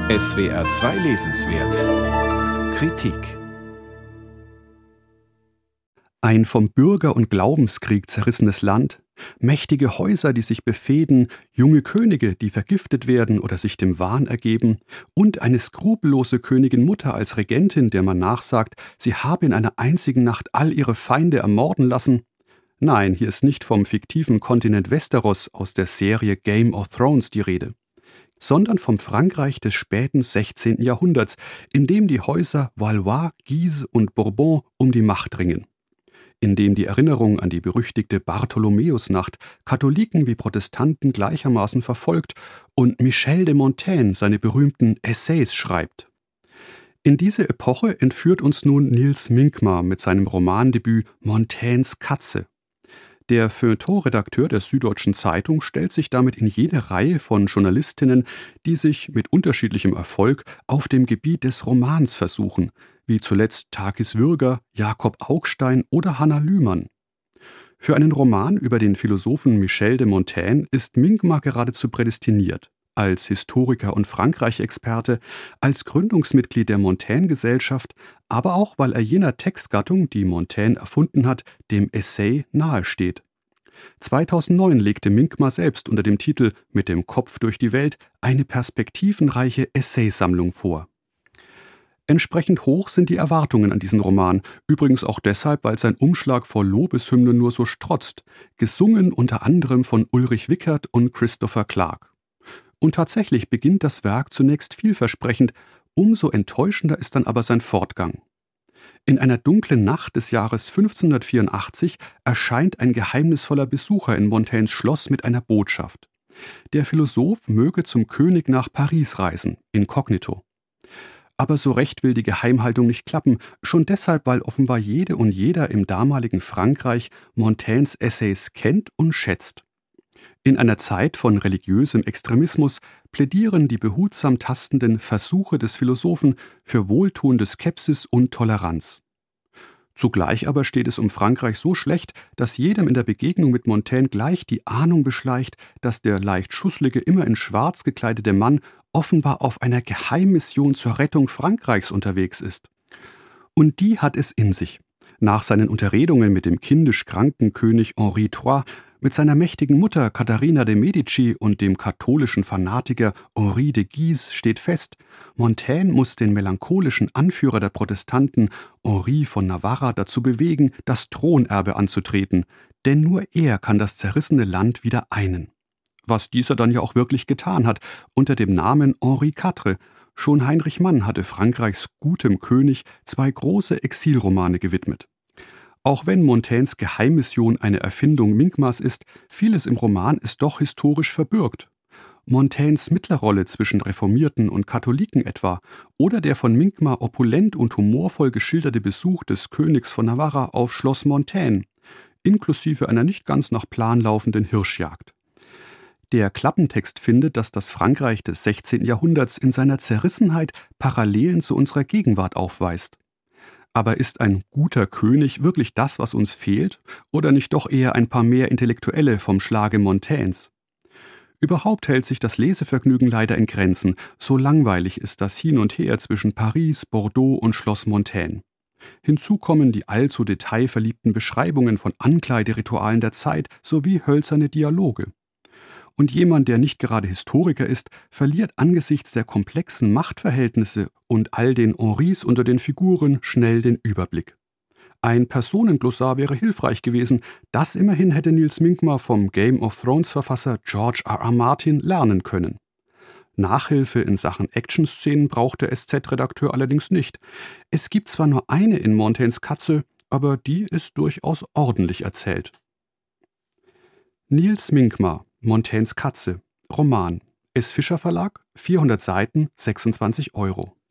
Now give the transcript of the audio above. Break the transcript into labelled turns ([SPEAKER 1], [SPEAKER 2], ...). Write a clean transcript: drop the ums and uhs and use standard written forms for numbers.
[SPEAKER 1] SWR 2 Lesenswert Kritik.
[SPEAKER 2] Ein vom Bürger- und Glaubenskrieg zerrissenes Land, mächtige Häuser, die sich befehden, junge Könige, die vergiftet werden oder sich dem Wahn ergeben, und eine skrupellose Königin Mutter als Regentin, der man nachsagt, sie habe in einer einzigen Nacht all ihre Feinde ermorden lassen. Nein, hier ist nicht vom fiktiven Kontinent Westeros aus der Serie Game of Thrones die Rede, sondern vom Frankreich des späten 16. Jahrhunderts, in dem die Häuser Valois, Guise und Bourbon um die Macht ringen, in dem die Erinnerung an die berüchtigte Bartholomäusnacht Katholiken wie Protestanten gleichermaßen verfolgt und Michel de Montaigne seine berühmten Essays schreibt. In diese Epoche entführt uns nun Nils Minkmar mit seinem Romandebüt Montaignes Katze. Der Feuilleton-Redakteur der Süddeutschen Zeitung stellt sich damit in jene Reihe von Journalistinnen, die sich mit unterschiedlichem Erfolg auf dem Gebiet des Romans versuchen, wie zuletzt Takis Würger, Jakob Augstein oder Hanna Lühmann. Für einen Roman über den Philosophen Michel de Montaigne ist Minkmar geradezu prädestiniert. Als Historiker und Frankreich-Experte, als Gründungsmitglied der Montaigne-Gesellschaft, aber auch, weil er jener Textgattung, die Montaigne erfunden hat, dem Essay nahesteht. 2009 legte Minkmar selbst unter dem Titel »Mit dem Kopf durch die Welt« eine perspektivenreiche Essaysammlung vor. Entsprechend hoch sind die Erwartungen an diesen Roman, übrigens auch deshalb, weil sein Umschlag vor Lobeshymnen nur so strotzt, gesungen unter anderem von Ulrich Wickert und Christopher Clark. Und tatsächlich beginnt das Werk zunächst vielversprechend, umso enttäuschender ist dann aber sein Fortgang. In einer dunklen Nacht des Jahres 1584 erscheint ein geheimnisvoller Besucher in Montaignes Schloss mit einer Botschaft. Der Philosoph möge zum König nach Paris reisen, inkognito. Aber so recht will die Geheimhaltung nicht klappen, schon deshalb, weil offenbar jede und jeder im damaligen Frankreich Montaignes Essays kennt und schätzt. In einer Zeit von religiösem Extremismus plädieren die behutsam tastenden Versuche des Philosophen für wohltuende Skepsis und Toleranz. Zugleich aber steht es um Frankreich so schlecht, dass jedem in der Begegnung mit Montaigne gleich die Ahnung beschleicht, dass der leicht schusslige, immer in Schwarz gekleidete Mann offenbar auf einer Geheimmission zur Rettung Frankreichs unterwegs ist. Und die hat es in sich. Nach seinen Unterredungen mit dem kindisch kranken König Henri III, mit seiner mächtigen Mutter Katharina de Medici und dem katholischen Fanatiker Henri de Guise steht fest, Montaigne muss den melancholischen Anführer der Protestanten Henri von Navarra dazu bewegen, das Thronerbe anzutreten, denn nur er kann das zerrissene Land wieder einen. Was dieser dann ja auch wirklich getan hat, unter dem Namen Henri IV. Schon Heinrich Mann hatte Frankreichs gutem König 2 große Exilromane gewidmet. Auch wenn Montaignes Geheimmission eine Erfindung Minkmars ist, vieles im Roman ist doch historisch verbürgt. Montaignes Mittlerrolle zwischen Reformierten und Katholiken etwa oder der von Minkmar opulent und humorvoll geschilderte Besuch des Königs von Navarra auf Schloss Montaigne, inklusive einer nicht ganz nach Plan laufenden Hirschjagd. Der Klappentext findet, dass das Frankreich des 16. Jahrhunderts in seiner Zerrissenheit Parallelen zu unserer Gegenwart aufweist. Aber ist ein guter König wirklich das, was uns fehlt, oder nicht doch eher ein paar mehr Intellektuelle vom Schlage Montaignes? Überhaupt hält sich das Lesevergnügen leider in Grenzen, so langweilig ist das Hin und Her zwischen Paris, Bordeaux und Schloss Montaigne. Hinzu kommen die allzu detailverliebten Beschreibungen von Ankleideritualen der Zeit sowie hölzerne Dialoge. Und jemand, der nicht gerade Historiker ist, verliert angesichts der komplexen Machtverhältnisse und all den Henris unter den Figuren schnell den Überblick. Ein Personenglossar wäre hilfreich gewesen, das immerhin hätte Nils Minkmar vom Game of Thrones Verfasser George R.R. Martin lernen können. Nachhilfe in Sachen Actionszenen braucht der SZ-Redakteur allerdings nicht. Es gibt zwar nur eine in Montaignes Katze, aber die ist durchaus ordentlich erzählt. Nils Minkmar, Montaignes Katze, Roman, S. Fischer Verlag, 400 Seiten, 26 €.